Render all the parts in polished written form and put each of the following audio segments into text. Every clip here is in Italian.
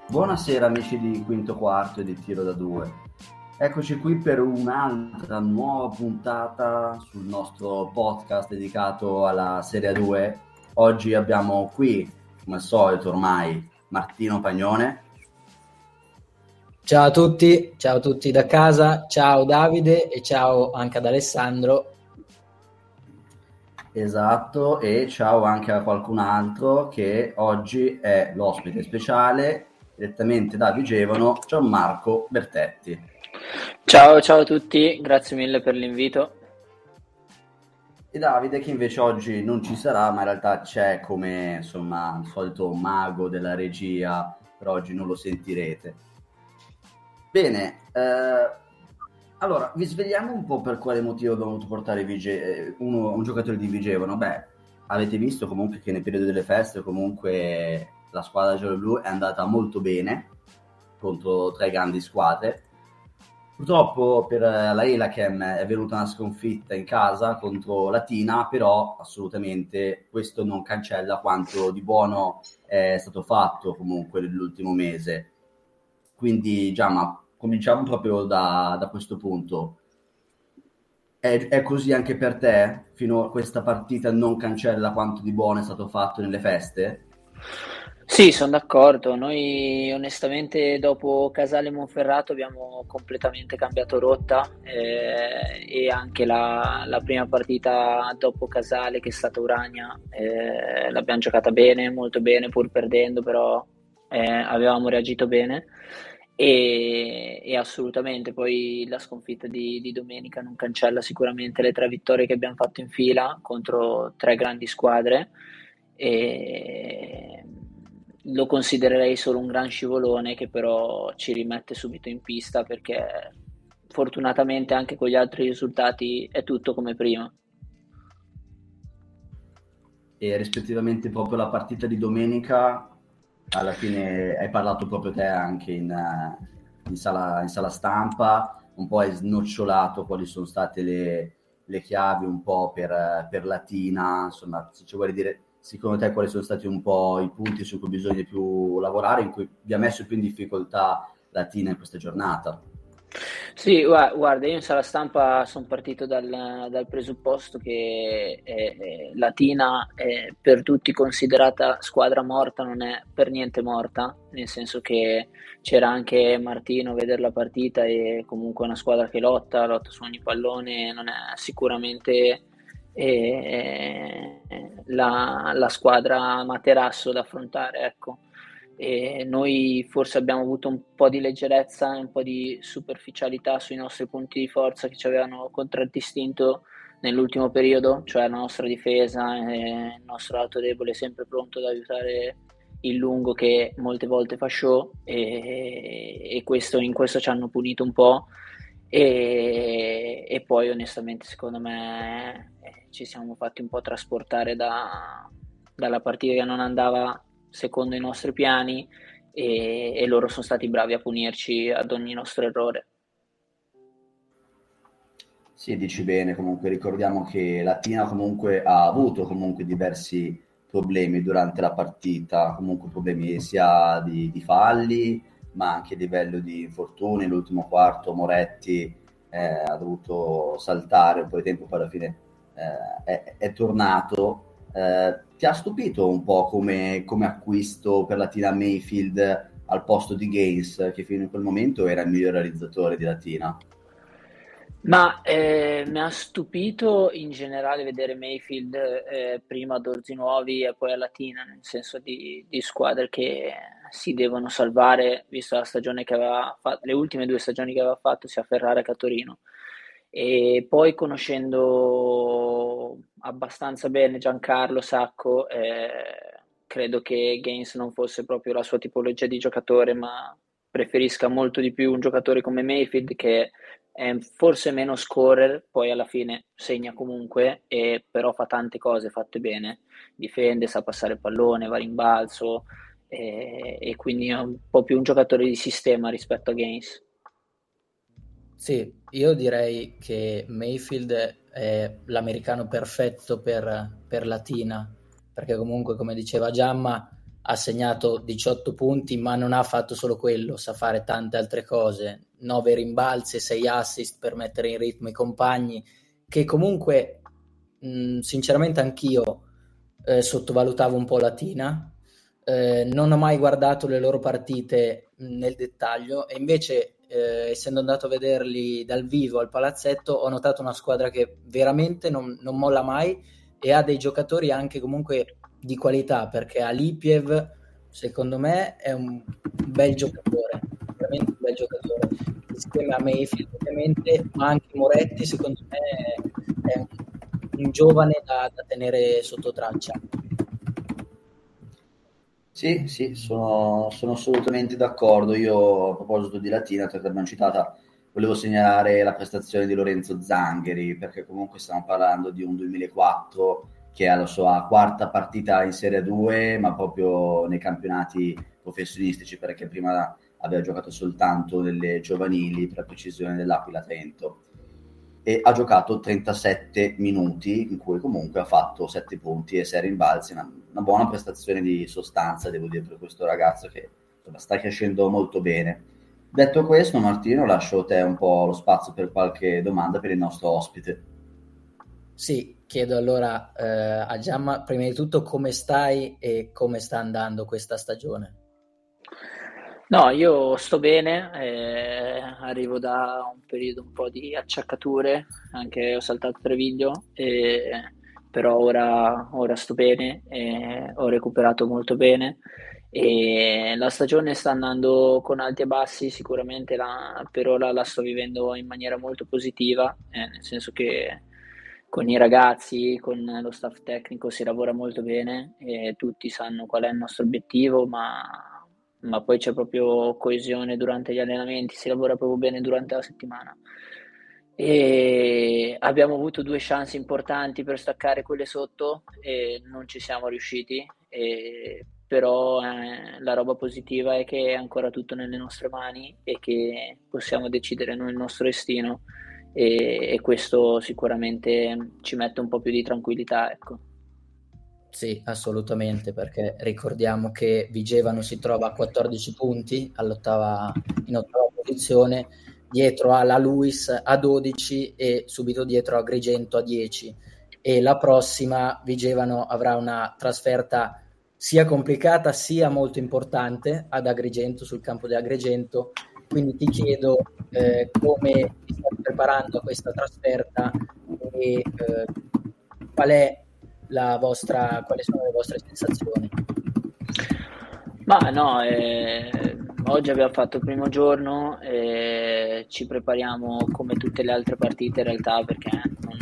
Buonasera amici di Quinto Quarto e di Tiro da Due. Eccoci qui per un'altra nuova puntata sul nostro podcast dedicato alla Serie 2. Oggi abbiamo qui, come al solito ormai, Martino Pagnone. Ciao a tutti da casa, ciao Davide e ciao anche ad Alessandro. Esatto, e ciao anche a qualcun altro che oggi è l'ospite speciale direttamente da Vigevano, Gianmarco Bertetti. Ciao a tutti, grazie mille per l'invito. E Davide che invece oggi non ci sarà, ma in realtà c'è come insomma il solito mago della regia, per oggi non lo sentirete. Bene, allora vi svegliamo un po' per quale motivo abbiamo dovuto portare un giocatore di Vigevano. Beh, avete visto comunque che nel periodo delle feste comunque la squadra giallo-blu è andata molto bene contro tre grandi squadre. Purtroppo per la Elachem è venuta una sconfitta in casa contro Latina, però assolutamente questo non cancella quanto di buono è stato fatto comunque nell'ultimo mese. Quindi Giamma, cominciamo proprio da questo punto. È così anche per te? Fino a questa partita non cancella quanto di buono è stato fatto nelle feste? Sì, sono d'accordo. Noi onestamente dopo Casale Monferrato abbiamo completamente cambiato rotta e anche la prima partita dopo Casale, che è stata Urania, l'abbiamo giocata bene, molto bene, pur perdendo, però avevamo reagito bene e assolutamente poi la sconfitta di domenica non cancella sicuramente le tre vittorie che abbiamo fatto in fila contro tre grandi squadre. E lo considererei solo un gran scivolone che però ci rimette subito in pista, perché fortunatamente anche con gli altri risultati è tutto come prima. E rispettivamente proprio la partita di domenica, alla fine hai parlato proprio te anche in sala stampa, un po' hai snocciolato quali sono state le chiavi un po' per Latina, insomma, se ci vuoi dire secondo te quali sono stati un po' i punti su cui bisogna più lavorare, in cui vi ha messo più in difficoltà Latina in questa giornata? Sì, guarda, io in sala stampa sono partito dal presupposto che Latina è per tutti considerata squadra morta, non è per niente morta, nel senso che c'era anche Martino a vedere la partita e comunque è una squadra che lotta su ogni pallone, non è sicuramente la squadra materasso da affrontare, ecco. E noi forse abbiamo avuto un po' di leggerezza e un po' di superficialità sui nostri punti di forza che ci avevano contraddistinto nell'ultimo periodo, cioè la nostra difesa e il nostro lato debole sempre pronto ad aiutare il lungo che molte volte fa show e in questo ci hanno punito un po' e poi onestamente secondo me ci siamo fatti un po' trasportare dalla partita che non andava secondo i nostri piani e loro sono stati bravi a punirci ad ogni nostro errore. Sì, dici bene, comunque ricordiamo che Latina comunque ha avuto comunque diversi problemi durante la partita, comunque problemi sia di falli, ma anche a livello di infortuni. L'ultimo quarto Moretti ha dovuto saltare un po' di tempo, poi alla fine è tornato. Ti ha stupito un po' come acquisto per Latina Mayfield al posto di Gaines, che fino a quel momento era il miglior realizzatore di Latina? Ma mi ha stupito in generale vedere Mayfield prima ad Orzi Nuovi e poi a Latina, nel senso di squadre che si devono salvare, visto la stagione che aveva fatto, le ultime due stagioni che aveva fatto, sia a Ferrara che a Torino. E poi conoscendo abbastanza bene Giancarlo Sacco, credo che Gaines non fosse proprio la sua tipologia di giocatore, ma preferisca molto di più un giocatore come Mayfield che è forse meno scorer, poi alla fine segna comunque, però fa tante cose fatte bene, difende, sa passare il pallone, va in balzo e quindi è un po' più un giocatore di sistema rispetto a Gaines. Sì, io direi che Mayfield è l'americano perfetto per Latina, perché comunque, come diceva Giamma, ha segnato 18 punti, ma non ha fatto solo quello, sa fare tante altre cose, 9 rimbalzi e 6 assist per mettere in ritmo i compagni, che comunque sinceramente anch'io sottovalutavo un po' Latina. Non ho mai guardato le loro partite nel dettaglio e invece essendo andato a vederli dal vivo al palazzetto ho notato una squadra che veramente non molla mai e ha dei giocatori anche comunque di qualità, perché Alipiev secondo me è un bel giocatore, veramente un bel giocatore, insieme a Mayfield ovviamente, ma anche Moretti secondo me è un giovane da tenere sotto traccia. Sì, sono assolutamente d'accordo. Io a proposito di Latina, che abbiamo citata, volevo segnalare la prestazione di Lorenzo Zangheri, perché comunque stiamo parlando di un 2004 che ha la sua quarta partita in Serie 2, ma proprio nei campionati professionistici, perché prima aveva giocato soltanto nelle giovanili, per la precisione dell'Aquila Trento, e ha giocato 37 minuti in cui comunque ha fatto 7 punti e 6 rimbalzi, una buona prestazione di sostanza, devo dire, per questo ragazzo che insomma, sta crescendo molto bene. Detto questo, Martino, lascio te un po' lo spazio per qualche domanda per il nostro ospite. Sì, chiedo allora a Giamma, prima di tutto come stai e come sta andando questa stagione? No, io sto bene, arrivo da un periodo un po' di acciaccature, anche ho saltato Treviglio, però ora sto bene, ho recuperato molto bene e la stagione sta andando con alti e bassi, sicuramente per ora la sto vivendo in maniera molto positiva, nel senso che con i ragazzi, con lo staff tecnico si lavora molto bene e tutti sanno qual è il nostro obiettivo, ma poi c'è proprio coesione durante gli allenamenti, si lavora proprio bene durante la settimana. E abbiamo avuto 2 chance importanti per staccare quelle sotto e non ci siamo riusciti, però la roba positiva è che è ancora tutto nelle nostre mani e che possiamo decidere noi il nostro destino e questo sicuramente ci mette un po' più di tranquillità, ecco. Sì, assolutamente, perché ricordiamo che Vigevano si trova a 14 punti in ottava posizione, dietro alla Luis a 12 e subito dietro a Agrigento a 10, e la prossima Vigevano avrà una trasferta sia complicata sia molto importante ad Agrigento, sul campo di Agrigento, quindi ti chiedo come ti stai preparando a questa trasferta e quali sono le vostre sensazioni? Ma no, oggi abbiamo fatto il primo giorno, ci prepariamo come tutte le altre partite in realtà perché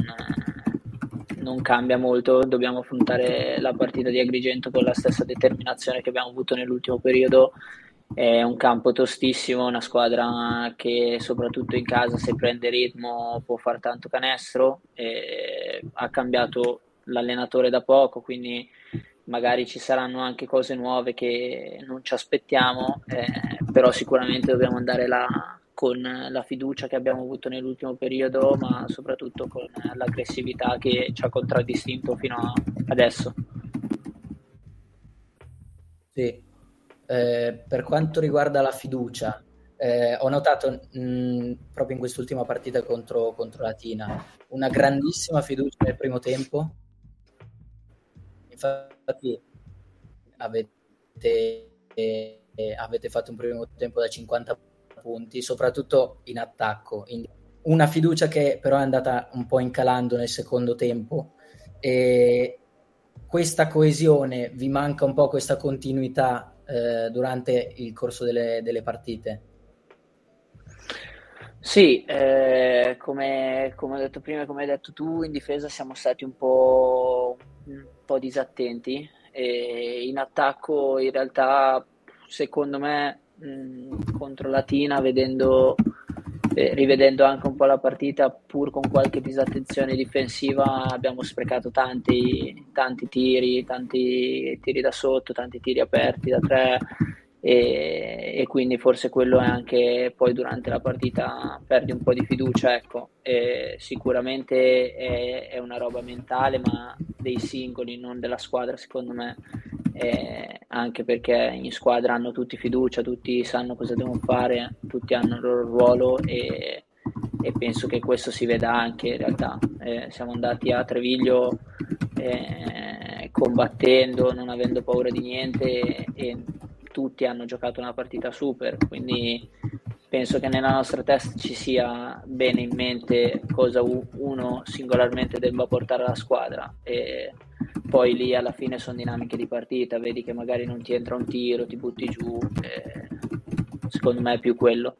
non cambia molto, dobbiamo affrontare la partita di Agrigento con la stessa determinazione che abbiamo avuto nell'ultimo periodo. È un campo tostissimo, una squadra che soprattutto in casa se prende ritmo può fare tanto canestro, ha cambiato l'allenatore da poco, quindi magari ci saranno anche cose nuove che non ci aspettiamo, però sicuramente dobbiamo andare là con la fiducia che abbiamo avuto nell'ultimo periodo, ma soprattutto con l'aggressività che ci ha contraddistinto fino a adesso. Sì. Per quanto riguarda la fiducia, ho notato proprio in quest'ultima partita contro Latina una grandissima fiducia nel primo tempo. Infatti avete fatto un primo tempo da 50 punti, soprattutto in attacco. Una fiducia che però è andata un po' incalando nel secondo tempo. E questa coesione, vi manca un po' questa continuità durante il corso delle partite? Sì, come ho detto prima, come hai detto tu, in difesa siamo stati un po' disattenti e in attacco in realtà secondo me contro Latina rivedendo anche un po' la partita pur con qualche disattenzione difensiva abbiamo sprecato tanti tiri da sotto, tanti tiri aperti da 3 e quindi forse quello è anche poi durante la partita perdi un po' di fiducia, ecco. Sicuramente è una roba mentale ma dei singoli, non della squadra secondo me, anche perché in squadra hanno tutti fiducia, tutti sanno cosa devono fare, tutti hanno il loro ruolo e penso che questo si veda anche in realtà. Siamo andati a Treviglio combattendo, non avendo paura di niente e tutti hanno giocato una partita super, quindi penso che nella nostra testa ci sia bene in mente cosa uno singolarmente debba portare alla squadra e poi lì alla fine sono dinamiche di partita, vedi che magari non ti entra un tiro, ti butti giù, secondo me è più quello.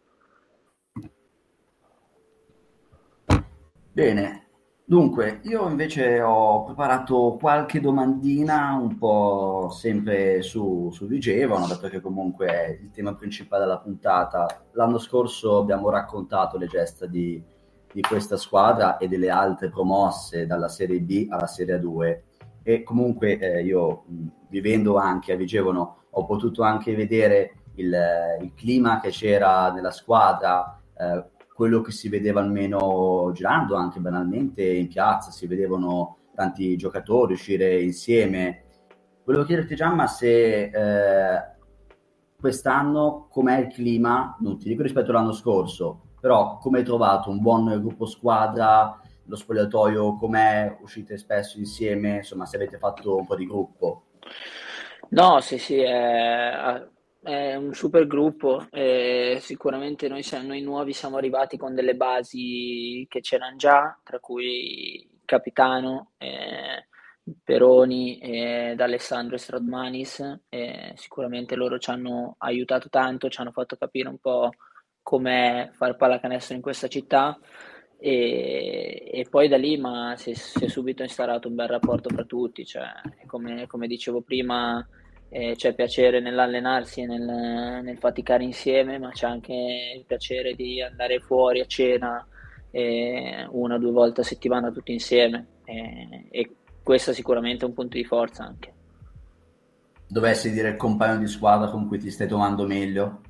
Bene, dunque io invece ho preparato qualche domandina un po' sempre su Vigevano, dato che comunque è il tema principale della puntata. L'anno scorso abbiamo raccontato le gesta di questa squadra e delle altre promosse dalla Serie B alla Serie 2 e comunque io vivendo anche a Vigevano ho potuto anche vedere il clima che c'era nella squadra, quello che si vedeva almeno girando anche banalmente in piazza, si vedevano tanti giocatori uscire insieme. Volevo chiederti Giamma se quest'anno com'è il clima, non ti dico rispetto all'anno scorso, però come hai trovato un buon gruppo squadra, lo spogliatoio com'è, uscite spesso insieme, insomma se avete fatto un po' di gruppo. No, sì, sì, è un super gruppo. Sicuramente noi nuovi siamo arrivati con delle basi che c'erano già, tra cui il capitano, Peroni ed Alessandro Stradmanis. Sicuramente loro ci hanno aiutato tanto, ci hanno fatto capire un po' com'è fare pallacanestro in questa città. E poi da lì si è subito instaurato un bel rapporto fra tutti, cioè, come dicevo prima, c'è piacere nell'allenarsi e nel faticare insieme, ma c'è anche il piacere di andare fuori a cena una o due volte a settimana tutti insieme e questo sicuramente è un punto di forza anche. Dovessi dire il compagno di squadra con cui ti stai trovando meglio?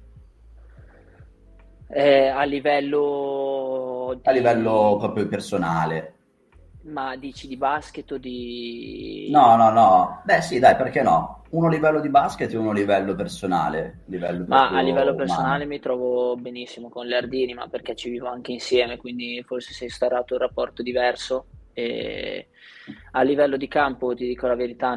A livello A livello di... proprio personale. Ma dici di basket o di... No. Beh, sì, dai, perché no? Uno a livello di basket e uno a livello personale, livello Ma a proprio livello personale umano. mi trovo benissimo con le Ardini, ma perché ci vivo anche insieme, quindi forse si è instaurato un rapporto diverso. E a livello di campo, ti dico la verità,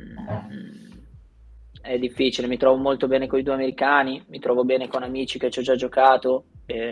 è difficile. Mi trovo molto bene con i due americani, mi trovo bene con amici che ci ho già giocato,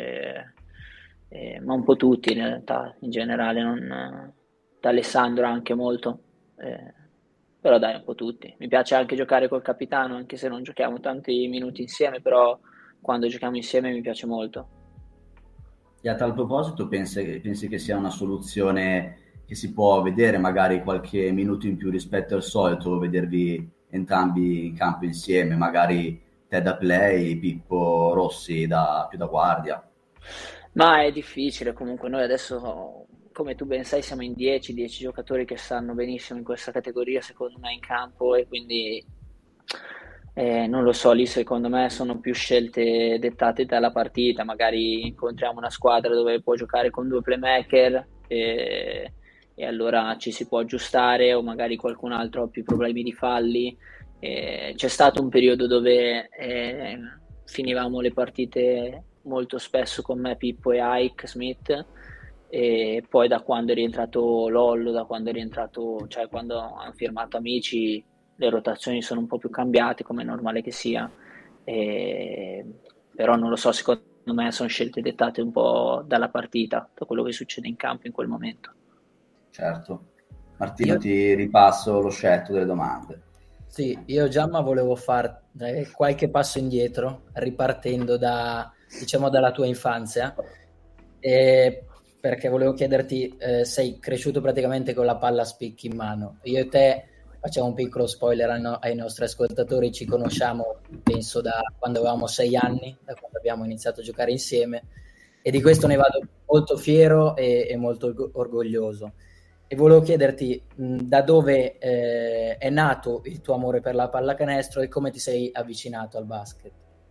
ma un po' tutti in realtà, in generale, da Alessandro anche molto. Eh, Però dai, un po' tutti. Mi piace anche giocare col capitano, anche se non giochiamo tanti minuti insieme, però quando giochiamo insieme mi piace molto. E a tal proposito, pensi che sia una soluzione che si può vedere magari qualche minuto in più rispetto al solito, vedervi entrambi in campo insieme, magari te da play, Pippo Rossi più da guardia? Ma è difficile, comunque noi adesso, come tu ben sai, siamo in 10 giocatori che stanno benissimo in questa categoria, secondo me, in campo e quindi non lo so, lì secondo me sono più scelte dettate dalla partita, magari incontriamo una squadra dove può giocare con due playmaker e allora ci si può aggiustare o magari qualcun altro ha più problemi di falli. C'è stato un periodo dove finivamo le partite molto spesso con me, Pippo e Ike Smith e poi da quando è rientrato Lollo, da quando è rientrato, cioè quando hanno firmato Amici, le rotazioni sono un po' più cambiate, come è normale che sia. E... Però non lo so, secondo me sono scelte dettate un po' dalla partita, da quello che succede in campo in quel momento. Certo. Io, Martino, ti ripasso lo scettro delle domande. sì, io Giamma volevo fare qualche passo indietro, ripartendo diciamo, dalla tua infanzia, perché volevo chiederti, sei cresciuto praticamente con la palla a spicchi in mano. Io e te, facciamo un piccolo spoiler ai nostri ascoltatori, ci conosciamo, penso, da quando avevamo 6 anni, da quando abbiamo iniziato a giocare insieme, e di questo ne vado molto fiero e molto orgoglioso. E volevo chiederti da dove è nato il tuo amore per la pallacanestro e come ti sei avvicinato al basket.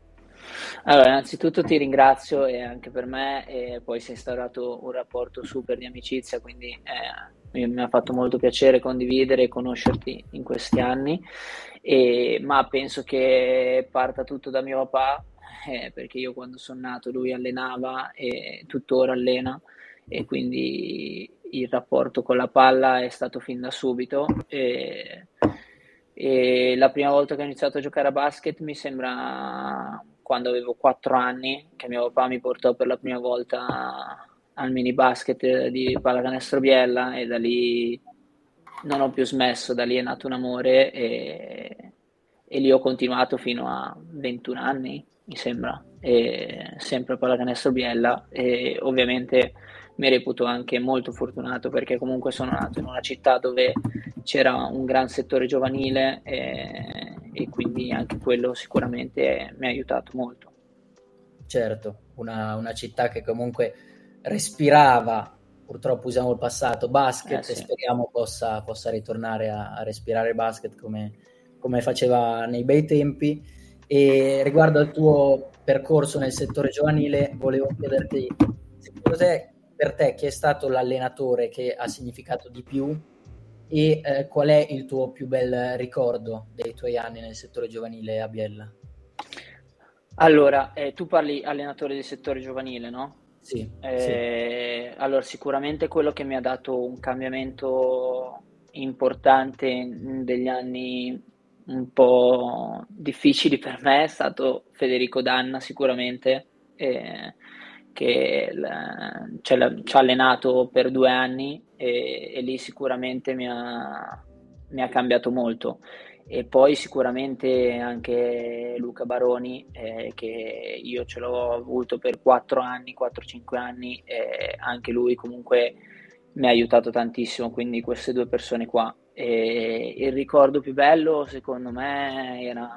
Allora, innanzitutto ti ringrazio e anche per me, e poi si è instaurato un rapporto super di amicizia, quindi mi ha fatto molto piacere condividere e conoscerti in questi anni, ma penso che parta tutto da mio papà, perché io quando sono nato lui allenava e tuttora allena, e quindi il rapporto con la palla è stato fin da subito. E la prima volta che ho iniziato a giocare a basket mi sembra quando avevo 4 anni, che mio papà mi portò per la prima volta al mini basket di Pallacanestro Biella, e da lì non ho più smesso, da lì è nato un amore, e lì ho continuato fino a 21 anni, mi sembra, e sempre a Pallacanestro Biella, e ovviamente mi reputo anche molto fortunato perché comunque sono nato in una città dove c'era un gran settore giovanile, e quindi anche quello sicuramente mi ha aiutato molto. Certo, una città che comunque respirava, purtroppo usiamo il passato, basket, e Sì. speriamo possa ritornare a respirare basket come faceva nei bei tempi. E riguardo al tuo percorso nel settore giovanile, volevo chiederti, secondo te, per te, chi è stato l'allenatore che ha significato di più, e qual è il tuo più bel ricordo dei tuoi anni nel settore giovanile a Biella? Allora, tu parli allenatore del settore giovanile, no? Sì, sì. Allora, sicuramente quello che mi ha dato un cambiamento importante degli anni un po' difficili per me è stato Federico Danna, sicuramente, che ci ha allenato per 2 anni, e lì sicuramente mi ha cambiato molto. E poi sicuramente anche Luca Baroni, che io ce l'ho avuto per 4 anni, 4-5 anni, e anche lui comunque mi ha aiutato tantissimo, quindi queste due persone qua. E il ricordo più bello secondo me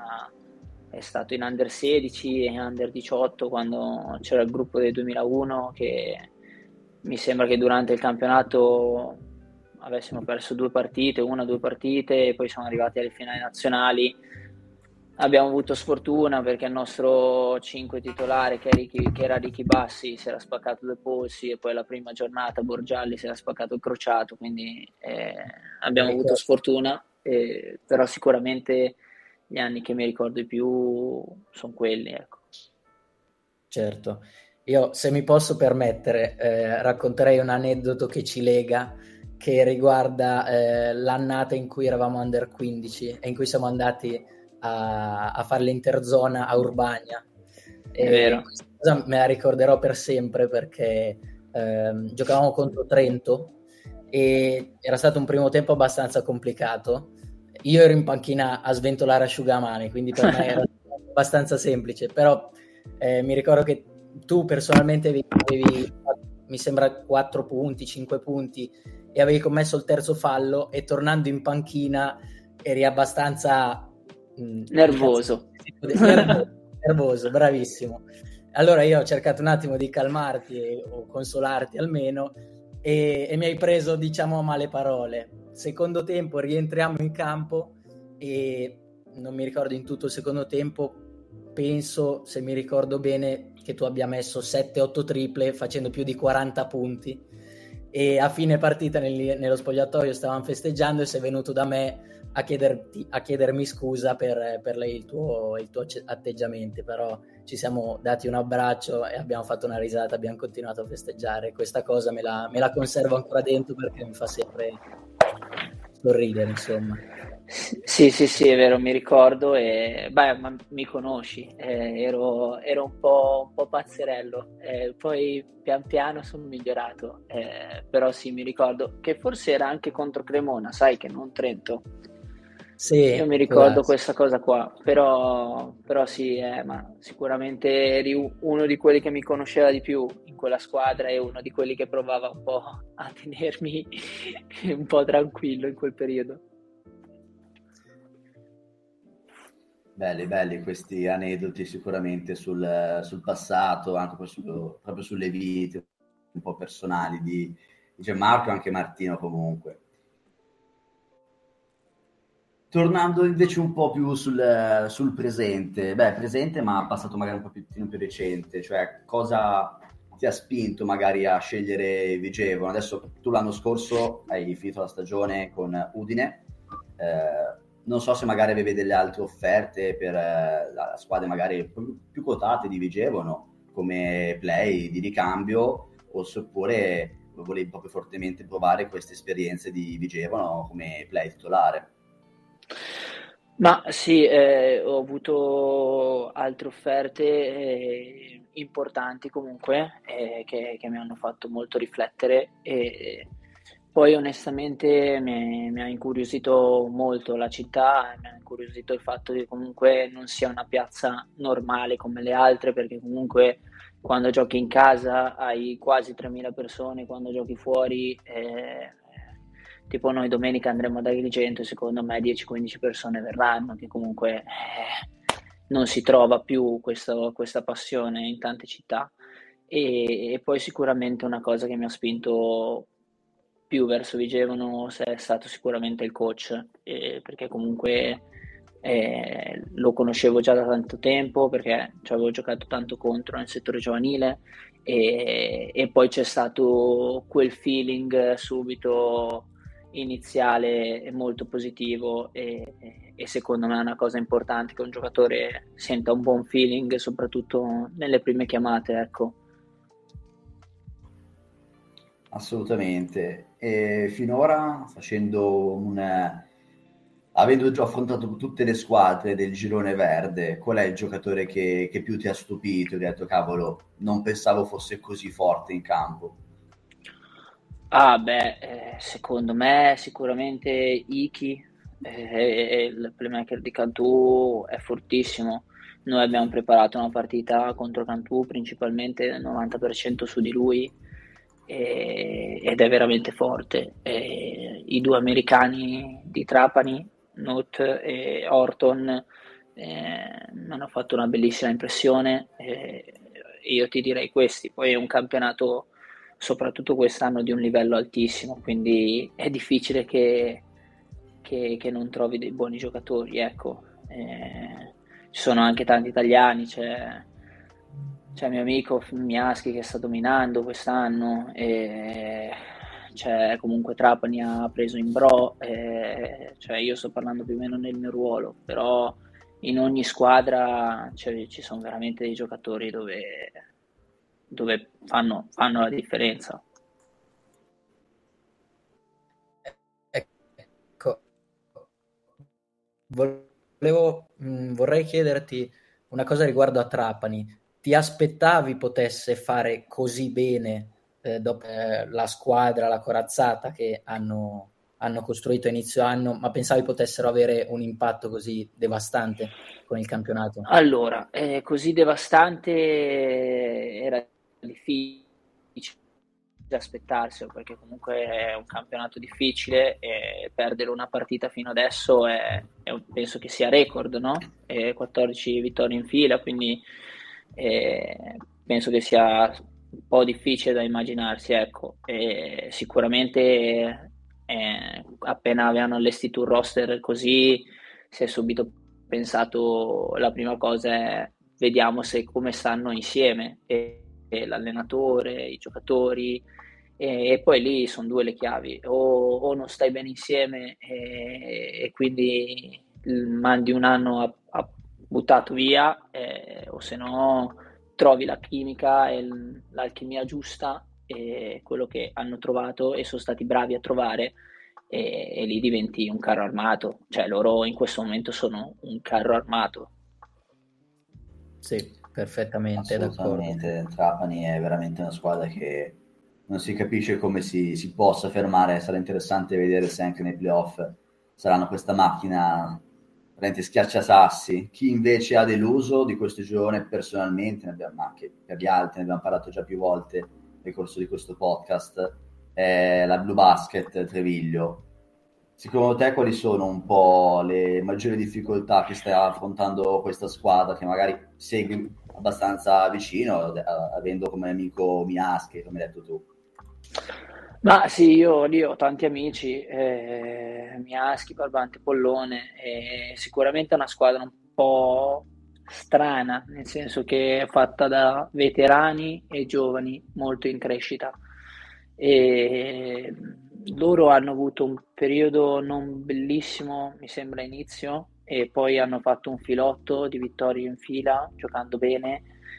è stato in Under 16 e Under 18, quando c'era il gruppo del 2001, che mi sembra che durante il campionato avessimo perso 2 partite, 1 o 2 partite, e poi siamo arrivati alle finali nazionali. Abbiamo avuto sfortuna perché il nostro 5 titolare, che era Ricky Bassi, si era spaccato 2 polsi, e poi la prima giornata Borgialli si era spaccato il crociato, quindi Mi abbiamo avuto ricordo. sfortuna, però sicuramente gli anni che mi ricordo di più sono quelli, ecco. Certo, io se mi posso permettere racconterei un aneddoto che ci lega, che riguarda l'annata in cui eravamo under 15 e in cui siamo andati a fare l'interzona a Urbania, È e vero. questa cosa me la ricorderò per sempre perché giocavamo contro Trento e era stato un primo tempo abbastanza complicato. Io ero in panchina a sventolare asciugamani, quindi per me era abbastanza semplice, però mi ricordo che tu personalmente avevi mi sembra 4 punti, 5 punti, e avevi commesso il terzo fallo, e tornando in panchina eri abbastanza Nervoso. nervoso, bravissimo. Allora io ho cercato un attimo di calmarti o consolarti almeno, e mi hai preso, diciamo, a male parole. Secondo tempo rientriamo in campo e non mi ricordo in tutto il secondo tempo, penso, se mi ricordo bene, che tu abbia messo 7-8 triple facendo più di 40 punti, e a fine partita nello spogliatoio stavamo festeggiando e sei venuto da me a chiedermi scusa per il tuo atteggiamento, però ci siamo dati un abbraccio e abbiamo fatto una risata, abbiamo continuato a festeggiare. Questa cosa me la conservo ancora dentro perché mi fa sempre sorridere, insomma. Sì, sì, sì, è vero, mi ricordo, e beh, ma mi conosci, ero un po' pazzerello, poi pian piano sono migliorato, però sì, mi ricordo che forse era anche contro Cremona, sai, che non Trento. Io Sì, mi può ricordo darsi. questa cosa qua, però sì, ma sicuramente eri uno di quelli che mi conosceva di più in quella squadra, e uno di quelli che provava un po' a tenermi un po' tranquillo in quel periodo. Belli, belli questi aneddoti sicuramente sul passato, anche poi proprio sulle vite un po' personali di Gianmarco e anche Martino comunque. Tornando invece un po' più sul presente, presente ma passato magari un po' più recente, cioè cosa ti ha spinto magari a scegliere Vigevano? Adesso tu l'anno scorso hai finito la stagione con Udine, non so se magari avevi delle altre offerte per la squadre magari più quotate di Vigevano come play di ricambio, oppure volevi proprio fortemente provare queste esperienze di Vigevano come play titolare. Ma sì, ho avuto altre offerte importanti comunque che mi hanno fatto molto riflettere e poi onestamente mi ha incuriosito molto la città, mi ha incuriosito il fatto che comunque non sia una piazza normale come le altre, perché comunque quando giochi in casa hai quasi 3.000 persone, quando giochi fuori tipo noi domenica andremo ad Agrigento e secondo me 10-15 persone verranno, che comunque non si trova più questa passione in tante città. E poi sicuramente una cosa che mi ha spinto più verso Vigevano è stato sicuramente il coach, perché comunque lo conoscevo già da tanto tempo, perché ci avevo giocato tanto contro nel settore giovanile e poi c'è stato quel feeling subito iniziale e molto positivo e secondo me è una cosa importante che un giocatore senta un buon feeling soprattutto nelle prime chiamate, ecco. Assolutamente. E finora avendo già affrontato tutte le squadre del girone verde, qual è il giocatore che più ti ha stupito? Hai detto, cavolo, non pensavo fosse così forte in campo. Secondo me sicuramente Iki, il playmaker di Cantù è fortissimo. Noi abbiamo preparato una partita contro Cantù principalmente il 90% su di lui ed è veramente forte. I due americani di Trapani, Note e Orton, mi hanno fatto una bellissima impressione. Io ti direi questi. Poi è un campionato soprattutto quest'anno di un livello altissimo, quindi è difficile che non trovi dei buoni giocatori, ecco. Ci sono anche tanti italiani, c'è mio amico Miaschi che sta dominando quest'anno, c'è comunque Trapani ha preso in bro, cioè io sto parlando più o meno nel mio ruolo, però in ogni squadra ci sono veramente dei giocatori dove fanno la differenza. Ecco, vorrei chiederti una cosa riguardo a Trapani. Ti aspettavi potesse fare così bene dopo la squadra, la corazzata che hanno costruito a inizio anno, ma pensavi potessero avere un impatto così devastante con il campionato? Allora, così devastante era difficile aspettarselo perché comunque è un campionato difficile e perdere una partita fino adesso penso che sia record, no? 14 vittorie in fila, quindi penso che sia un po' difficile da immaginarsi, ecco. Sicuramente appena avevano allestito un roster così si è subito pensato, la prima cosa è vediamo come stanno insieme e l'allenatore, i giocatori e poi lì sono due le chiavi, o non stai bene insieme e quindi mandi un anno a buttato via o se no trovi la chimica e l'alchimia giusta e quello che hanno trovato e sono stati bravi a trovare e lì diventi un carro armato, cioè loro in questo momento sono un carro armato. Sì, perfettamente d'accordo. Assolutamente, Trapani è veramente una squadra che non si capisce come si possa fermare, sarà interessante vedere se anche nei playoff saranno questa macchina veramente schiacciasassi. Chi invece ha deluso di questo girone personalmente, ma anche per gli altri, ne abbiamo parlato già più volte nel corso di questo podcast, è la Blue Basket Treviglio. Secondo te quali sono un po' le maggiori difficoltà che sta affrontando questa squadra che magari segui abbastanza vicino, avendo come amico Miaschi, come hai detto tu? Ma sì, io lì ho tanti amici, Miaschi, Barbante, Pollone, e sicuramente è una squadra un po' strana, nel senso che è fatta da veterani e giovani molto in crescita. E loro hanno avuto un periodo non bellissimo, mi sembra inizio, e poi hanno fatto un filotto di vittorie in fila, giocando bene,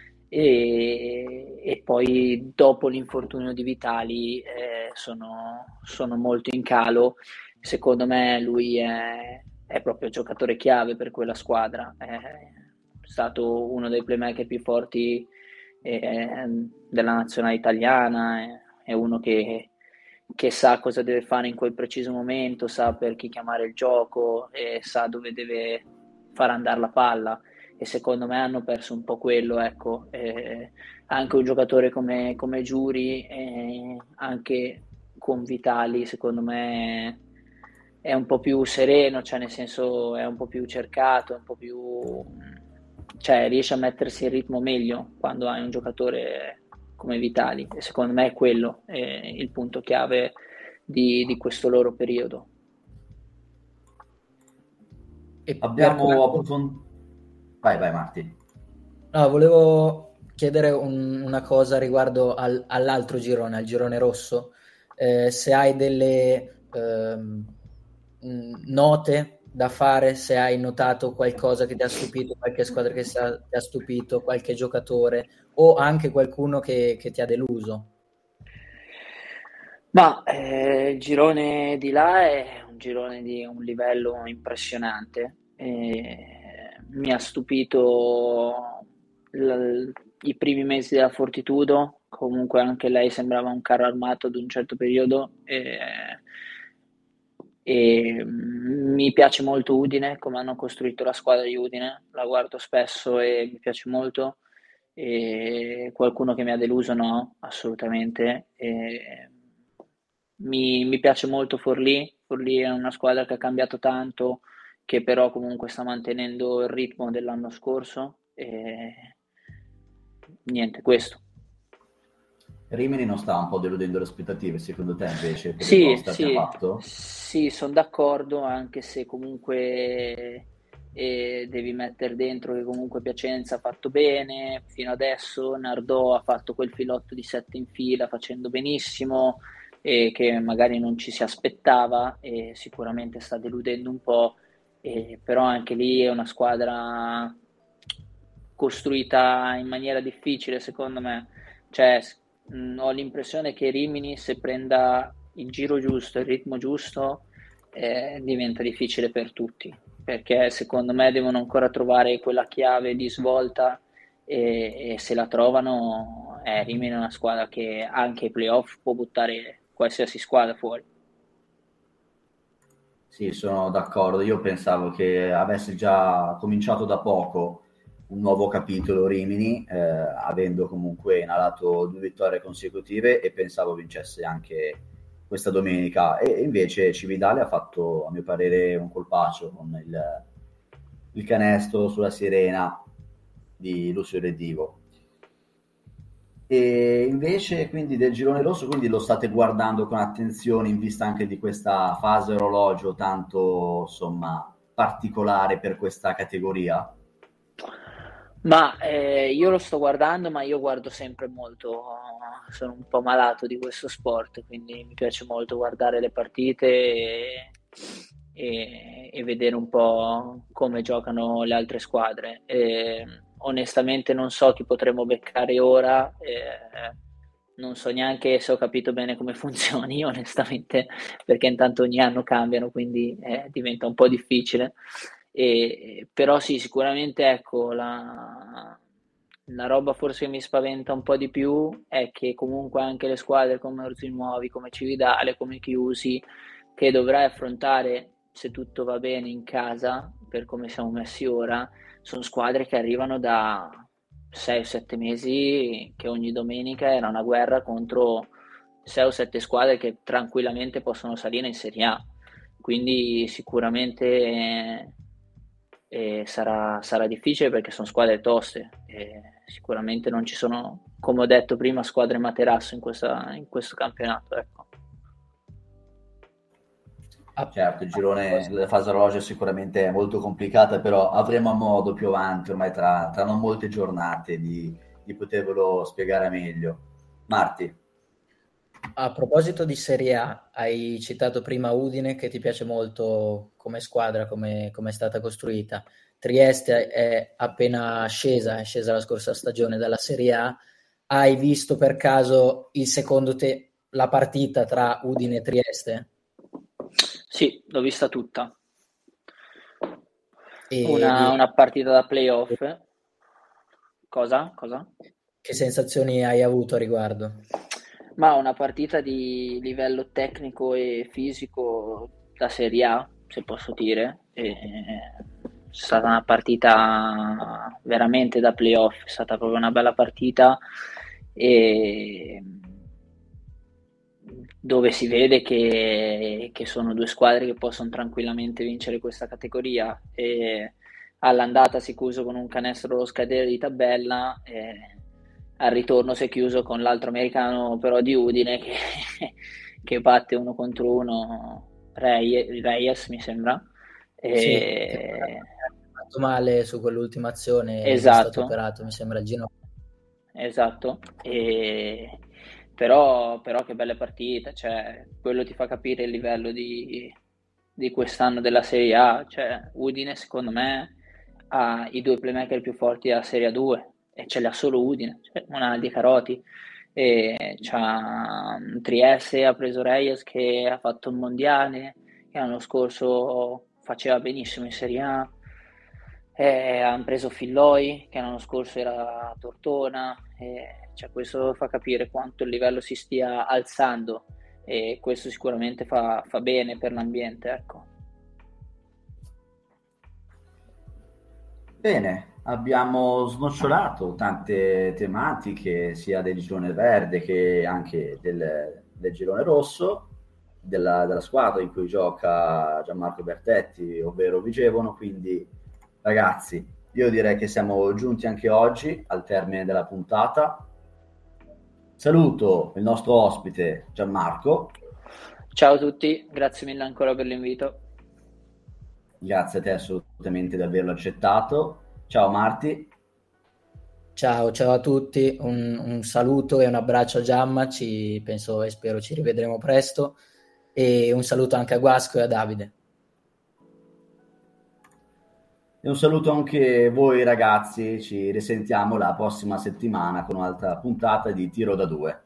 e poi dopo l'infortunio di Vitali sono molto in calo. Secondo me lui è proprio il giocatore chiave per quella squadra, è stato uno dei playmaker più forti della nazionale italiana, è uno che sa cosa deve fare in quel preciso momento, sa per chi chiamare il gioco e sa dove deve far andare la palla, e secondo me hanno perso un po' quello, ecco. Anche un giocatore come Giuri, anche con Vitali, secondo me è un po' più sereno, cioè nel senso è un po' più cercato, è un po' più, cioè riesce a mettersi in ritmo meglio quando hai un giocatore come Vitali, e secondo me è quello il punto chiave di questo loro periodo. E per Abbiamo quanto... approfondito... Vai, vai Marti. No, volevo chiedere una cosa riguardo all'altro girone, al girone rosso. Se hai delle note da fare, se hai notato qualcosa che ti ha stupito, qualche squadra che ti ha stupito, qualche giocatore o anche qualcuno che ti ha deluso. Ma il girone di là è un girone di un livello impressionante. Mi ha stupito i primi mesi della Fortitudo, comunque anche lei sembrava un carro armato ad un certo periodo. Mi piace molto Udine, come hanno costruito la squadra di Udine, la guardo spesso e mi piace molto. E qualcuno che mi ha deluso, no, assolutamente. Mi piace molto Forlì. Forlì è una squadra che ha cambiato tanto, che però comunque sta mantenendo il ritmo dell'anno scorso. E niente, questo. Rimini non sta un po' deludendo le aspettative, secondo te invece, per il Sì, roster che ha sì, fatto? sì, sono d'accordo, anche se comunque devi mettere dentro che comunque Piacenza ha fatto bene fino adesso, Nardò ha fatto quel filotto di 7 in fila facendo benissimo, e che magari non ci si aspettava, e sicuramente sta deludendo un po', però anche lì è una squadra costruita in maniera difficile, secondo me. Cioè, ho l'impressione che Rimini, se prenda il giro giusto, il ritmo giusto, diventa difficile per tutti, perché secondo me devono ancora trovare quella chiave di svolta, e se la trovano, Rimini è una squadra che anche ai playoff può buttare qualsiasi squadra fuori. Sì, sono d'accordo. Io pensavo che avesse già cominciato da poco un nuovo capitolo Rimini, avendo comunque inalato 2 vittorie consecutive e pensavo vincesse anche questa domenica. E invece Cividale ha fatto, a mio parere, un colpaccio con il canestro sulla sirena di Lucio Redivo. E invece quindi del girone rosso, quindi lo state guardando con attenzione in vista anche di questa fase orologio tanto insomma particolare per questa categoria? Ma io lo sto guardando, ma io guardo sempre molto, sono un po' malato di questo sport, quindi mi piace molto guardare le partite e vedere un po' come giocano le altre squadre. Onestamente non so chi potremo beccare ora, non so neanche se ho capito bene come funzioni, onestamente, perché intanto ogni anno cambiano, quindi diventa un po' difficile. Però sì, sicuramente ecco, la roba forse che mi spaventa un po' di più è che comunque anche le squadre come Orzinuovi, come Cividale, come Chiusi, che dovrai affrontare, se tutto va bene, in casa, per come siamo messi ora, sono squadre che arrivano da 6 o 7 mesi, che ogni domenica era una guerra contro 6 o 7 squadre che tranquillamente possono salire in Serie A. Quindi sicuramente sarà difficile, perché sono squadre toste. Sicuramente non ci sono, come ho detto prima, squadre materasso in questo campionato. Ecco. Certo, il girone, la fase orologio sicuramente è molto complicata, però avremo modo più avanti, ormai tra non molte giornate, di potervelo spiegare meglio. Marti, A proposito di Serie A, hai citato prima Udine che ti piace molto come squadra, come è stata costruita. Trieste è appena scesa, è scesa la scorsa stagione dalla Serie A. Hai visto per caso la partita tra Udine e Trieste? Sì, l'ho vista tutta. E Una partita da playoff. Cosa? Cosa? che sensazioni hai avuto a riguardo? Ma una partita di livello tecnico e fisico da Serie A, se posso dire. È stata una partita veramente da playoff, è stata proprio una bella partita e dove si vede che sono due squadre che possono tranquillamente vincere questa categoria. E all'andata si è chiuso con un canestro allo scadere di tabella, e al ritorno si è chiuso con l'altro americano però di Udine che batte uno contro uno Reyes mi sembra. Sì, che E... ha fatto male su quell'ultima azione, gli è stato Esatto, operato, mi sembra, il ginocchio. esatto. Però che belle partite, cioè, quello ti fa capire il livello di quest'anno della Serie A. Cioè, Udine secondo me ha i due playmaker più forti della Serie A2 e ce li ha solo Udine, cioè, non ha Di Caroti. E c'ha Trieste, ha preso Reyes che ha fatto il mondiale, che l'anno scorso faceva benissimo in Serie A. Hanno preso Filloi che l'anno scorso era a Tortona, cioè, questo fa capire quanto il livello si stia alzando e questo sicuramente fa bene per l'ambiente, ecco. bene, abbiamo snocciolato tante tematiche, sia del girone verde che anche del girone rosso, della squadra in cui gioca Gianmarco Bertetti, ovvero Vigevano. Quindi, ragazzi, io direi che siamo giunti anche oggi al termine della puntata. Saluto il nostro ospite Gianmarco. Ciao a tutti, grazie mille ancora per l'invito. Grazie a te assolutamente di averlo accettato. Ciao Marti. Ciao, ciao a tutti, un saluto e un abbraccio a Giamma, penso e spero ci rivedremo presto, e un saluto anche a Guasco e a Davide. E un saluto anche voi ragazzi, ci risentiamo la prossima settimana con un'altra puntata di Tiro da 2.